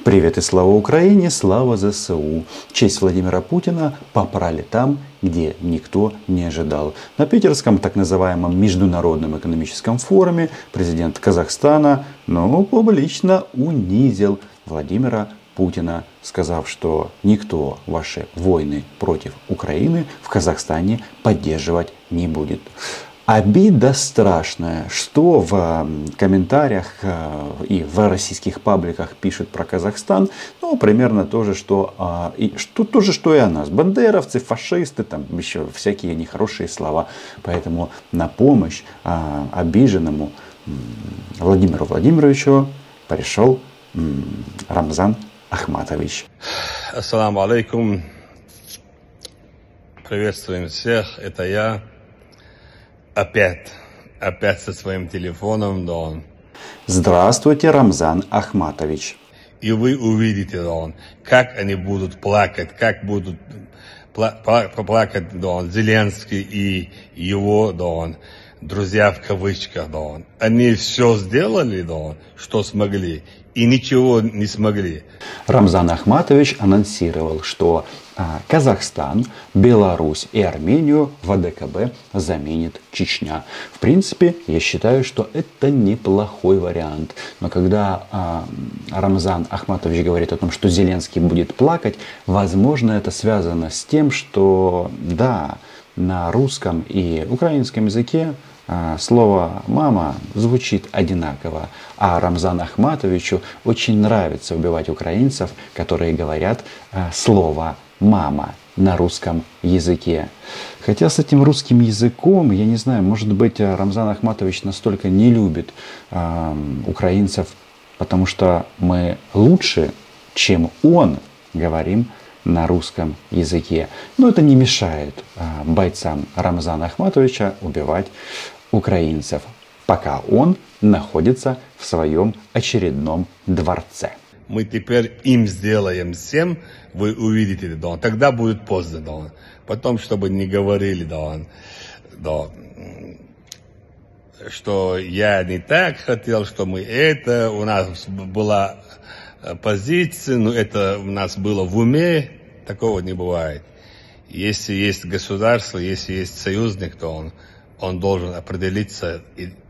Привет и слава Украине, слава ЗСУ. Честь Владимира Путина попрали там, где никто не ожидал. На питерском так называемом Международном экономическом форуме президент Казахстана, публично унизил Владимира Путина, сказав, что никто ваши войны против Украины в Казахстане поддерживать не будет. Обида страшная, что в комментариях и в российских пабликах пишут про Казахстан, примерно то же, что и о нас. Бандеровцы, фашисты, там еще всякие нехорошие слова. Поэтому на помощь обиженному Владимиру Владимировичу пришел Рамзан Ахматович. Ассаламу алейкум. Приветствуем всех. Это я. Опять со своим телефоном, Дон. Здравствуйте, Рамзан Ахматович. И вы увидите, Дон, как они будут плакать, как будут плакать, Дон, Зеленский и его, Дон, друзья в кавычках, Дон. Они все сделали, Дон, что смогли, и ничего не смогли. Рамзан Ахматович анонсировал, что Казахстан, Беларусь и Армению в АДКБ заменит Чечня. В принципе, я считаю, что это неплохой вариант. Но когда Рамзан Ахматович говорит о том, что Зеленский будет плакать, возможно, это связано с тем, что да, на русском и украинском языке слово «мама» звучит одинаково, а Рамзану Ахматовичу очень нравится убивать украинцев, которые говорят слово «мама» на русском языке. Хотя с этим русским языком, я не знаю, может быть, Рамзан Ахматович настолько не любит украинцев, потому что мы лучше, чем он, говорим на русском языке. Но это не мешает бойцам Рамзана Ахматовича убивать украинцев, пока он находится в своем очередном дворце. Мы теперь им сделаем всем, вы увидите, Дон. Тогда будет поздно, Дон. Потом, чтобы не говорили, Дон, что я не так хотел, что мы это, у нас была позиция, но это у нас было в уме. Такого не бывает. Если есть государство, если есть союзник, то он должен определиться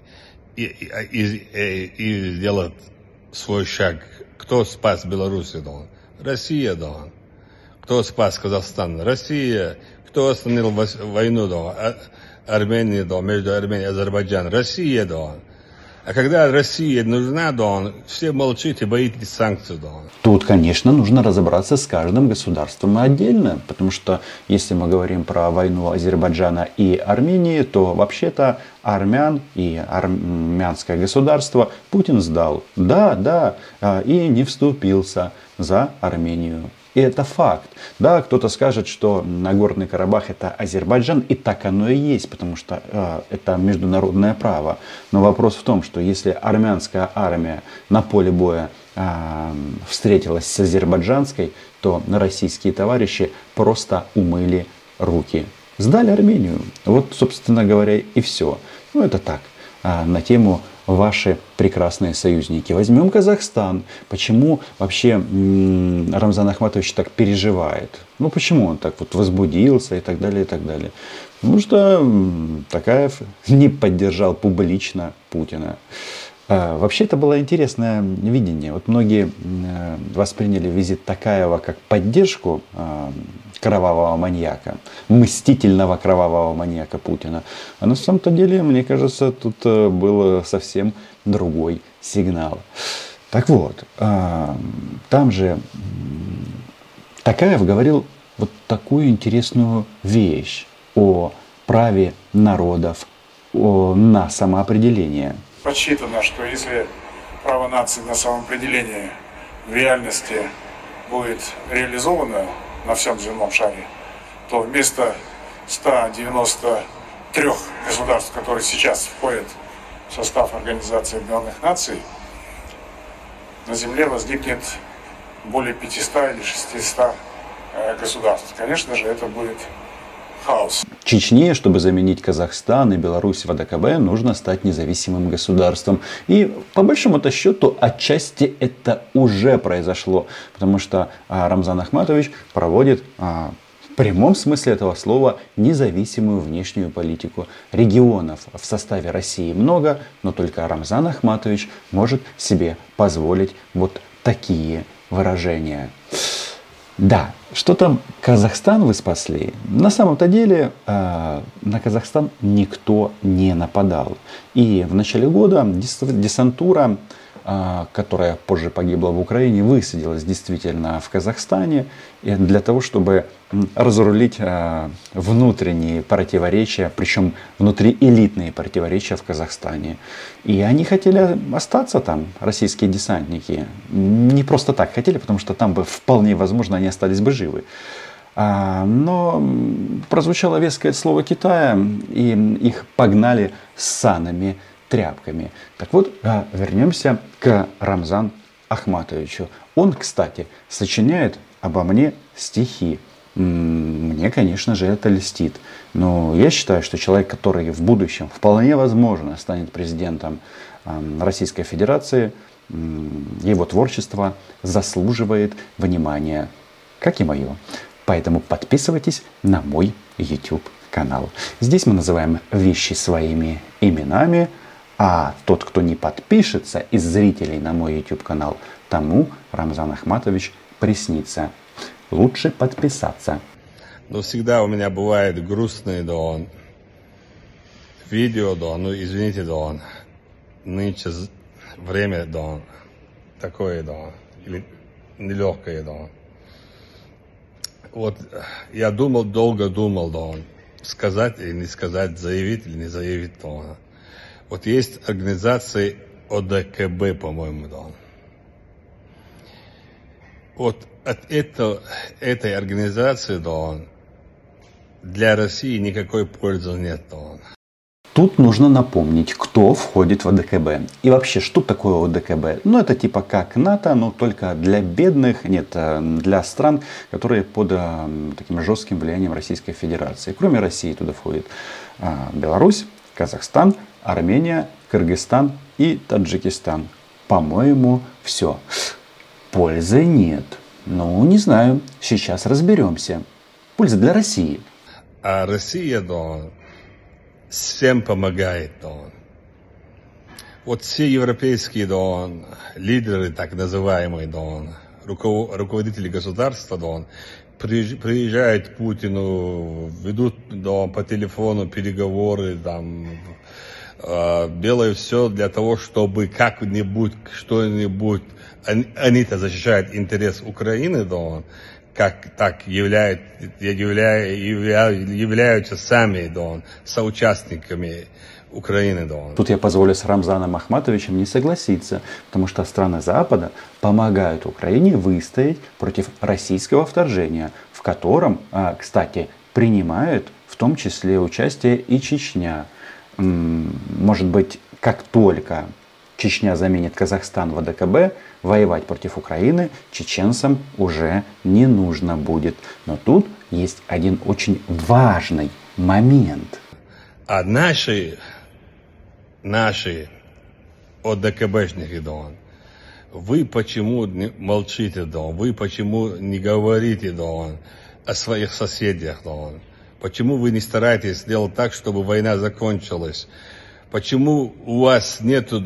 и сделать свой шаг. Кто спас Беларусь, Дон? Россия, Дон. Кто спас Казахстан? Россия. Кто остановил войну, Дон? Армения, Дон, между Арменией и Азербайджаном? Россия, Дон. А когда Россия нужна, Дон, все молчите, боитесь санкций, Дон. Тут, конечно, нужно разобраться с каждым государством отдельно, потому что если мы говорим про войну Азербайджана и Армении, то вообще-то армян и армянское государство Путин сдал. Да, и не вступился за Армению. И это факт. Да, кто-то скажет, что Нагорный Карабах это Азербайджан, и так оно и есть, потому что это международное право. Но вопрос в том, что если армянская армия на поле боя встретилась с азербайджанской, то российские товарищи просто умыли руки. Сдали Армению. Вот, собственно говоря, и все. Это так, на тему ваши прекрасные союзники. Возьмем Казахстан. Почему вообще Рамзан Ахматович так переживает? Почему он так вот возбудился и так далее, и так далее? Потому что Токаев не поддержал публично Путина. Вообще это было интересное видение. Вот многие восприняли визит Токаева как поддержку кровавого маньяка, мстительного кровавого маньяка Путина. А на самом-то деле, мне кажется, тут был совсем другой сигнал. Так вот, там же Токаев говорил вот такую интересную вещь о праве народов на самоопределение. Подсчитано, что если право нации на самоопределение в реальности будет реализовано на всем земном шаре, то вместо 193 государств, которые сейчас входят в состав Организации Объединенных Наций, на Земле возникнет более 500 или 600 государств. Конечно же, это будет хаос. Чечне, чтобы заменить Казахстан и Беларусь в АДКБ, нужно стать независимым государством. И по большому-то счету отчасти это уже произошло. Потому что Рамзан Ахматович проводит в прямом смысле этого слова независимую внешнюю политику. Регионов в составе России много, но только Рамзан Ахматович может себе позволить вот такие выражения. Да, что там Казахстан вы спасли? На самом-то деле на Казахстан никто не нападал. И в начале года десантура, которая позже погибла в Украине, высадилась действительно в Казахстане для того, чтобы разрулить внутренние противоречия, причем внутриэлитные противоречия в Казахстане. И они хотели остаться там, российские десантники. Не просто так хотели, потому что там бы вполне возможно они остались бы живы. Но прозвучало веское слово Китая, и их погнали санными тряпками. Так вот, вернемся к Рамзану Ахматовичу. Он, кстати, сочиняет обо мне стихи. Мне, конечно же, это льстит. Но я считаю, что человек, который в будущем вполне возможно станет президентом Российской Федерации, его творчество заслуживает внимания, как и мое. Поэтому подписывайтесь на мой YouTube канал. Здесь мы называем вещи своими именами. А тот, кто не подпишется из зрителей на мой YouTube канал, тому Рамзан Ахматович приснится. Лучше подписаться. Но всегда у меня бывает грустные, видео, извините, нынче время, такое, или нелегкое, Вот я долго думал, сказать или не сказать, заявить или не заявить, Вот есть организации ОДКБ, по-моему, Вот от этой организации, для России никакой пользы нет, Тут нужно напомнить, кто входит в ОДКБ. И вообще, что такое ОДКБ? Ну, это типа как НАТО, но только для бедных, для стран, которые под таким жестким влиянием Российской Федерации. Кроме России туда входит Беларусь, Казахстан, Армения, Кыргызстан и Таджикистан. По-моему, все. Пользы нет. Ну, не знаю. Сейчас разберемся. Польза для России. А Россия, всем помогает, Вот все европейские, лидеры, так называемые, руководители государства, приезжают к Путину, ведут по телефону переговоры, делают все для того, чтобы как-нибудь, что-нибудь, они-то защищают интерес Украины, как так являются сами соучастниками Украины. Тут я позволю с Рамзаном Ахматовичем не согласиться, потому что страны Запада помогают Украине выстоять против российского вторжения, в котором, кстати, принимает в том числе участие и Чечня. Может быть, как только Чечня заменит Казахстан в АДКБ, воевать против Украины чеченцам уже не нужно будет. Но тут есть один очень важный момент. А наши ОДКБшники, вы почему молчите, вы почему не говорите, о своих соседях, Почему вы не стараетесь сделать так, чтобы война закончилась? Почему у вас нету,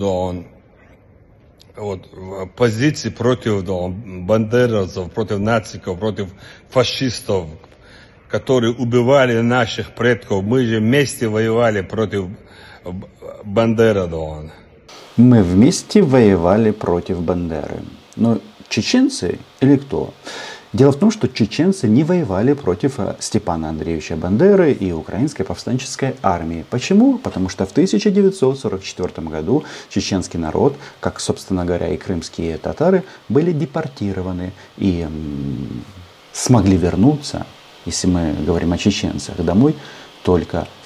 позиций против бандеровцев, против нациков, против фашистов, которые убивали наших предков? Мы же вместе воевали против Бандеры, Мы вместе воевали против Бандеры. Но чеченцы или кто? Дело в том, что чеченцы не воевали против Степана Андреевича Бандеры и украинской повстанческой армии. Почему? Потому что в 1944 году чеченский народ, как, собственно говоря, и крымские татары, были депортированы и смогли вернуться, если мы говорим о чеченцах, домой только в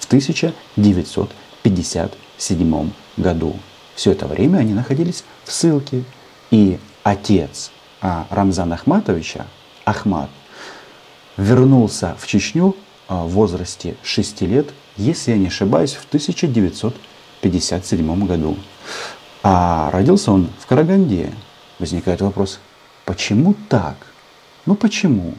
1957 году. Все это время они находились в ссылке. И отец Рамзана Ахматовича, Ахмат, вернулся в Чечню в возрасте 6 лет, если я не ошибаюсь, в 1957 году. А родился он в Караганде. Возникает вопрос, почему так? Ну почему?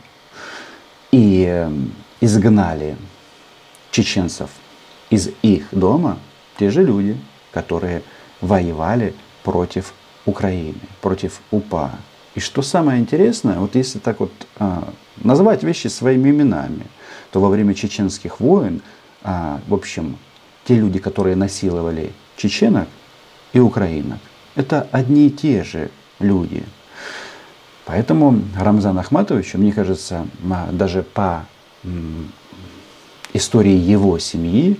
И изгнали чеченцев из их дома те же люди, которые воевали против Украины, против УПА. И что самое интересное, вот если так вот назвать вещи своими именами, то во время чеченских войн, в общем, те люди, которые насиловали чеченок и украинок, это одни и те же люди. Поэтому Рамзану Ахматовичу, мне кажется, даже по истории его семьи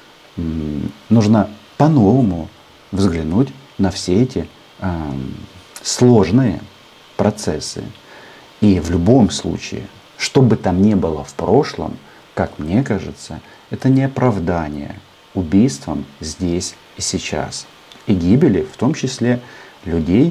нужно по-новому взглянуть на все эти сложные процессы. И в любом случае, что бы там ни было в прошлом, как мне кажется, это не оправдание убийствам здесь и сейчас. И гибели, в том числе людей,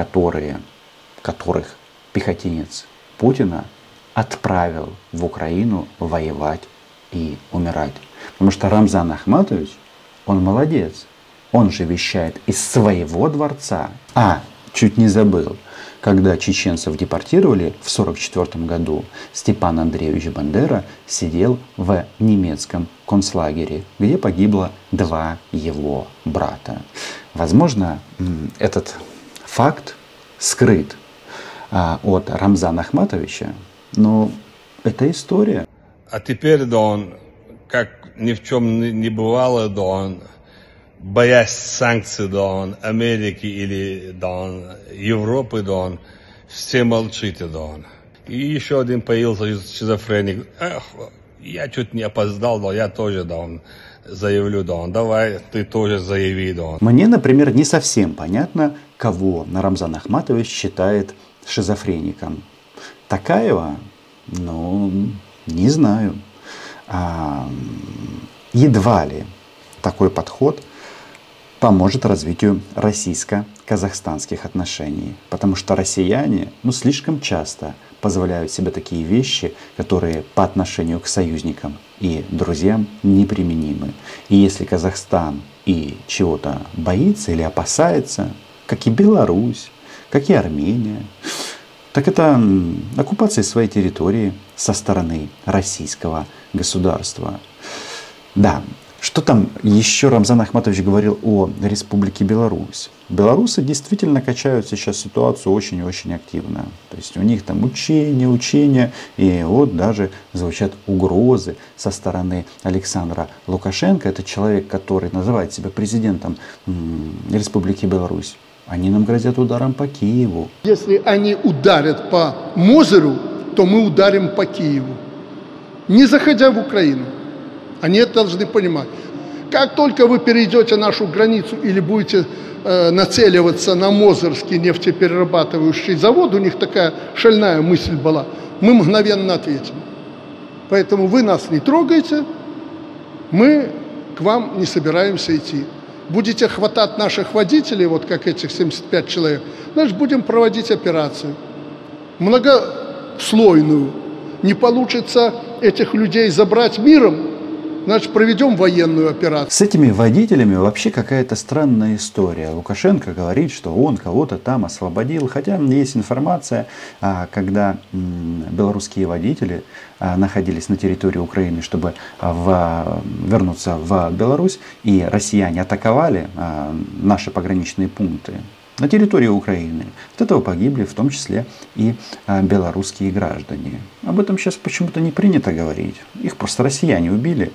которых пехотинец Путина отправил в Украину воевать и умирать. Потому что Рамзан Ахматович, он молодец. Он же вещает из своего дворца. Чуть не забыл. Когда чеченцев депортировали в 1944 году, Степан Андреевич Бандера сидел в немецком концлагере, где погибло 2 его брата. Возможно, этот факт скрыт от Рамзана Ахматовича, но это история. А теперь, да он, как ни в чем не бывало, да он, боясь санкций, да он, Америки или, да он, Европы, да он, все молчите, да он. И еще один появился шизофреник. Я чуть не опоздал, да, я тоже, да он, заявлю, да он, давай, ты тоже заяви, да он. Мне, например, не совсем понятно, кого Рамзан Ахматович считает шизофреником. Такаева? Не знаю. Едва ли такой подход поможет развитию российско-казахстанских отношений. Потому что россияне слишком часто позволяют себе такие вещи, которые по отношению к союзникам и друзьям неприменимы. И если Казахстан и чего-то боится или опасается, как и Беларусь, как и Армения, так это оккупация своей территории со стороны российского государства. Да, что там еще Рамзан Ахматович говорил о Республике Беларусь? Белорусы действительно качают сейчас ситуацию очень-очень активно. То есть у них там учения, и вот даже звучат угрозы со стороны Александра Лукашенко. Это человек, который называет себя президентом Республики Беларусь. Они нам грозят ударом по Киеву. Если они ударят по Мозыру, то мы ударим по Киеву, не заходя в Украину. Они это должны понимать. Как только вы перейдете нашу границу или будете нацеливаться на Мозырский нефтеперерабатывающий завод, у них такая шальная мысль была, мы мгновенно ответим. Поэтому вы нас не трогайте, мы к вам не собираемся идти. Будете хватать наших водителей, вот как этих 75 человек, значит, будем проводить операцию многослойную. Не получится этих людей забрать миром, значит, проведем военную операцию. С этими водителями вообще какая-то странная история. Лукашенко говорит, что он кого-то там освободил. Хотя есть информация, когда белорусские водители находились на территории Украины, чтобы вернуться в Беларусь, и россияне атаковали наши пограничные пункты на территории Украины. От этого погибли в том числе и белорусские граждане. Об этом сейчас почему-то не принято говорить. Их просто россияне убили.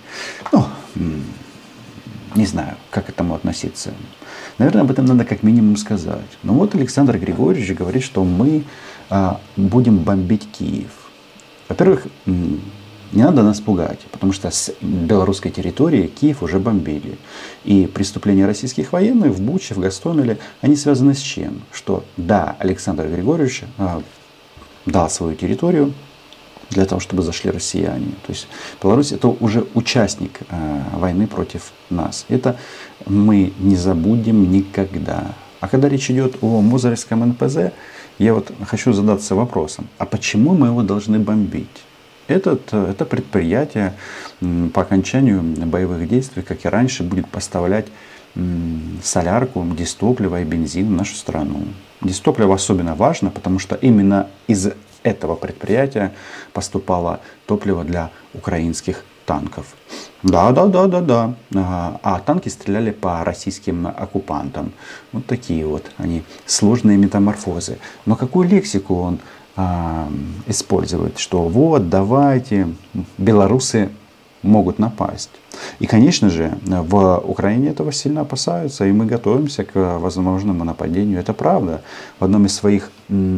Не знаю, как к этому относиться. Наверное, об этом надо как минимум сказать. Но вот Александр Григорьевич говорит, что мы будем бомбить Киев. Во-первых, не надо нас пугать, потому что с белорусской территории Киев уже бомбили. И преступления российских военных в Буче, в Гостомеле, они связаны с чем? Что да, Александр Григорьевич дал свою территорию для того, чтобы зашли россияне. То есть Беларусь это уже участник войны против нас. Это мы не забудем никогда. А когда речь идет о Мозырском НПЗ, я вот хочу задаться вопросом, а почему мы его должны бомбить? Это предприятие по окончанию боевых действий, как и раньше, будет поставлять солярку, дистопливо и бензин в нашу страну. Дистопливо особенно важно, потому что именно из этого предприятия поступало топливо для украинских танков. Да. А танки стреляли по российским оккупантам. Вот такие вот они, сложные метаморфозы. Но какую лексику он использует? Что вот, давайте, белорусы могут напасть. И, конечно же, в Украине этого сильно опасаются, и мы готовимся к возможному нападению. Это правда. В одном из своих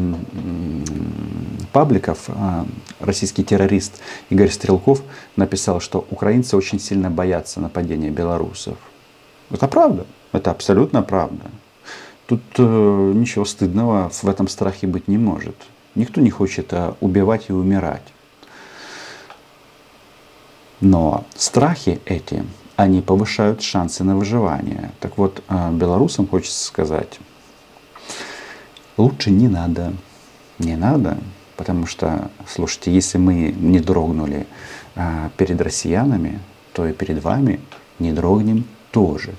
пабликов российский террорист Игорь Стрелков написал, что украинцы очень сильно боятся нападения белорусов. Это правда. Это абсолютно правда. Тут ничего стыдного в этом страхе быть не может. Никто не хочет убивать и умирать. Но страхи эти, они повышают шансы на выживание. Так вот, белорусам хочется сказать, лучше не надо. Не надо, потому что, слушайте, если мы не дрогнули перед россиянами, то и перед вами не дрогнем тоже.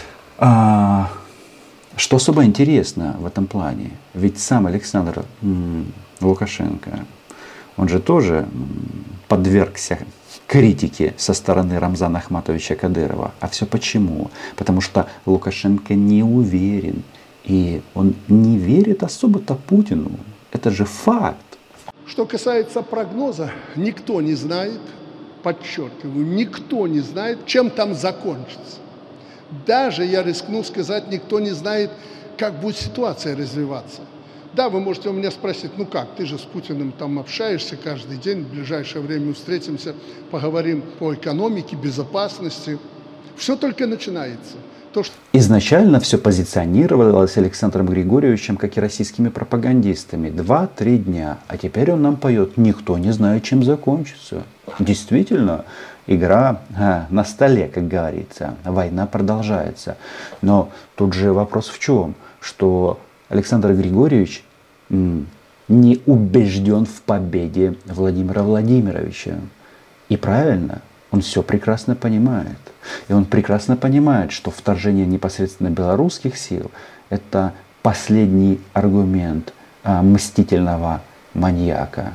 Что особо интересно в этом плане, ведь сам Александр Лукашенко, он же тоже подвергся критике со стороны Рамзана Ахматовича Кадырова. А все почему? Потому что Лукашенко не уверен. И он не верит особо-то Путину. Это же факт. Что касается прогноза, никто не знает, подчеркиваю, никто не знает, чем там закончится. Даже, я рискну сказать, никто не знает, как будет ситуация развиваться. Да, вы можете у меня спросить, ну как, ты же с Путиным там общаешься каждый день, в ближайшее время встретимся, поговорим по экономике, безопасности. Все только начинается. Изначально все позиционировалось Александром Григорьевичем, как и российскими пропагандистами. 2-3 дня. А теперь он нам поет, никто не знает, чем закончится. Действительно, игра на столе, как говорится. Война продолжается. Но тут же вопрос в чем? Что Александр Григорьевич не убежден в победе Владимира Владимировича. И правильно, он все прекрасно понимает. И он прекрасно понимает, что вторжение непосредственно белорусских сил – это последний аргумент мстительного маньяка.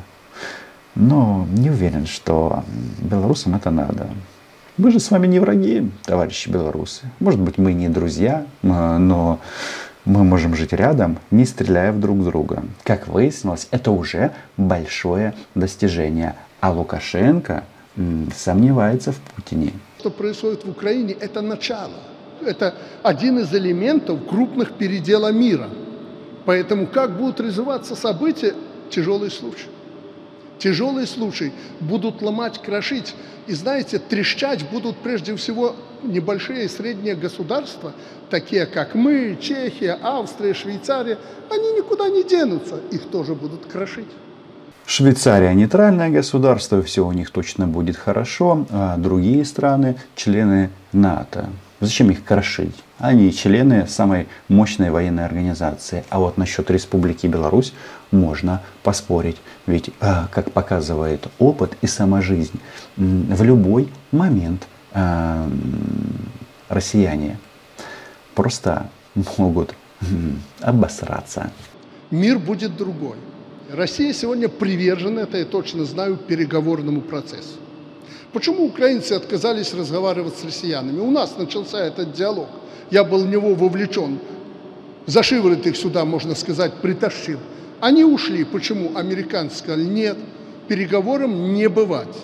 Но не уверен, что белорусам это надо. Мы же с вами не враги, товарищи белорусы. Может быть, мы не друзья, но мы можем жить рядом, не стреляя в друг друга. Как выяснилось, это уже большое достижение. А Лукашенко сомневается в Путине. Что происходит в Украине, это начало. Это один из элементов крупных передела мира. Поэтому как будут развиваться события, тяжелый случай. Тяжелый случай. Будут ломать, крошить. И знаете, трещать будут прежде всего небольшие и средние государства, такие как мы, Чехия, Австрия, Швейцария. Они никуда не денутся. Их тоже будут крошить. Швейцария нейтральное государство, все у них точно будет хорошо, а другие страны члены НАТО. Зачем их крошить? Они члены самой мощной военной организации. А вот насчет Республики Беларусь можно поспорить. Ведь, как показывает опыт и сама жизнь, в любой момент россияне просто могут обосраться. Мир будет другой. Россия сегодня привержена, это я точно знаю, переговорному процессу. Почему украинцы отказались разговаривать с россиянами? У нас начался этот диалог. Я был в него вовлечен. За шиворот их сюда, можно сказать, притащил. Они ушли. Почему? Американцы сказали, нет, переговорам не бывать.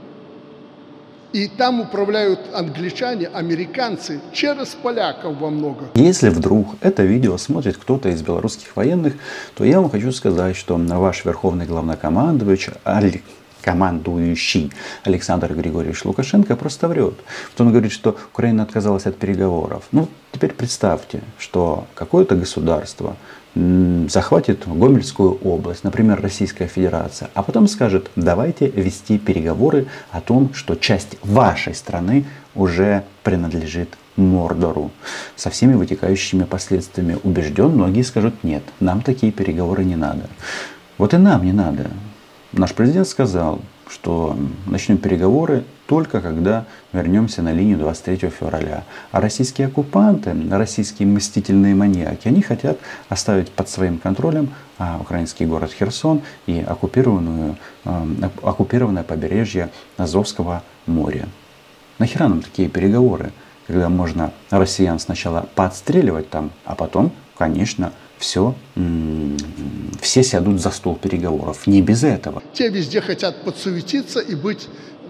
И там управляют англичане, американцы, через поляков во многом. Если вдруг это видео смотрит кто-то из белорусских военных, то я вам хочу сказать, что ваш верховный главнокомандующий Александр Григорьевич Лукашенко просто врет. Он говорит, что Украина отказалась от переговоров. Ну, теперь представьте, что какое-то государство захватит Гомельскую область, например, Российская Федерация, а потом скажет, давайте вести переговоры о том, что часть вашей страны уже принадлежит Мордору. Со всеми вытекающими последствиями. Убежден, многие скажут, нет, нам такие переговоры не надо. Вот и нам не надо. Наш президент сказал, что начнем переговоры только когда вернемся на линию 23 февраля. А российские оккупанты, российские мстительные маньяки, они хотят оставить под своим контролем украинский город Херсон и оккупированное побережье Азовского моря. Нахера нам такие переговоры, когда можно россиян сначала подстреливать там, а потом, конечно, все сядут за стол переговоров. Не без этого. Те везде хотят подсуетиться и быть,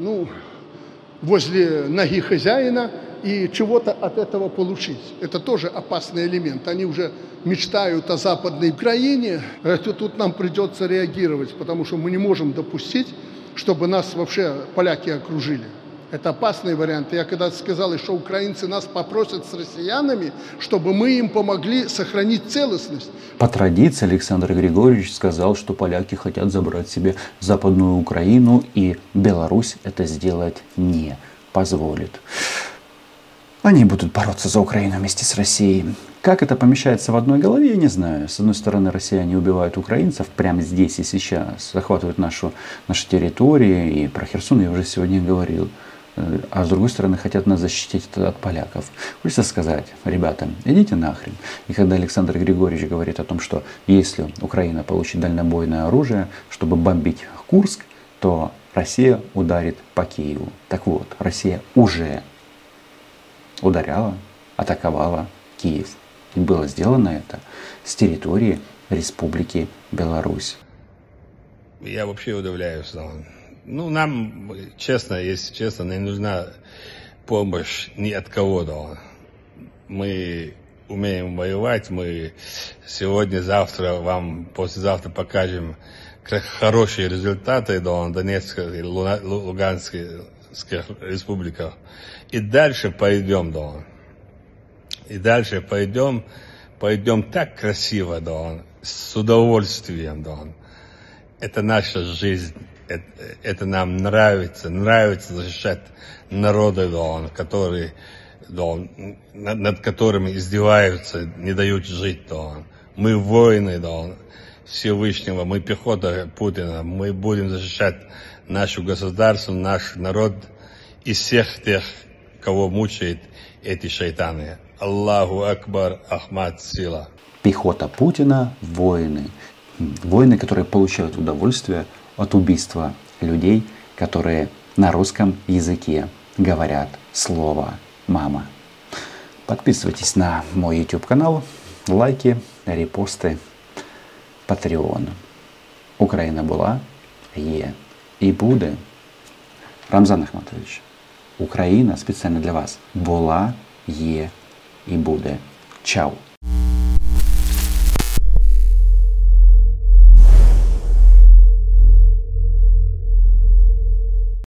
возле ноги хозяина и чего-то от этого получить. Это тоже опасный элемент. Они уже мечтают о Западной Украине. Тут нам придется реагировать, потому что мы не можем допустить, чтобы нас вообще поляки окружили. Это опасный вариант. Я когда сказал, что украинцы нас попросят с россиянами, чтобы мы им помогли сохранить целостность. По традиции Александр Григорьевич сказал, что поляки хотят забрать себе Западную Украину, и Беларусь это сделать не позволит. Они будут бороться за Украину вместе с Россией. Как это помещается в одной голове, я не знаю. С одной стороны, россияне убивают украинцев прямо здесь и сейчас, захватывают наши территории, и про Херсон я уже сегодня говорил. А с другой стороны, хотят нас защитить от поляков. Хочется сказать, ребята, идите нахрен. И когда Александр Григорьевич говорит о том, что если Украина получит дальнобойное оружие, чтобы бомбить Курск, то Россия ударит по Киеву. Так вот, Россия уже ударяла, атаковала Киев. И было сделано это с территории Республики Беларусь. Я вообще удивляюсь. Нам, честно, если честно, не нужна помощь ни от кого. Да. Мы умеем воевать. Мы сегодня, завтра, вам послезавтра покажем хорошие результаты в Донецкой и Луганской республиках. И дальше пойдем. Да. И дальше пойдем так красиво, да, с удовольствием. Да. Это наша жизнь. Это нам нравится защищать народы, над которыми издеваются, не дают жить. Мы воины Всевышнего, мы пехота Путина, мы будем защищать наше государство, наш народ и всех тех, кого мучают эти шайтаны. Аллаху Акбар, Ахмад Сила. Пехота Путина, воины. Воины, которые получают удовольствие от убийства людей, которые на русском языке говорят слово «мама». Подписывайтесь на мой YouTube канал, лайки, репосты, Patreon. Україна була, є і буде. Рамзан Ахматович, Україна спеціально для вас була, є і буде. Чао!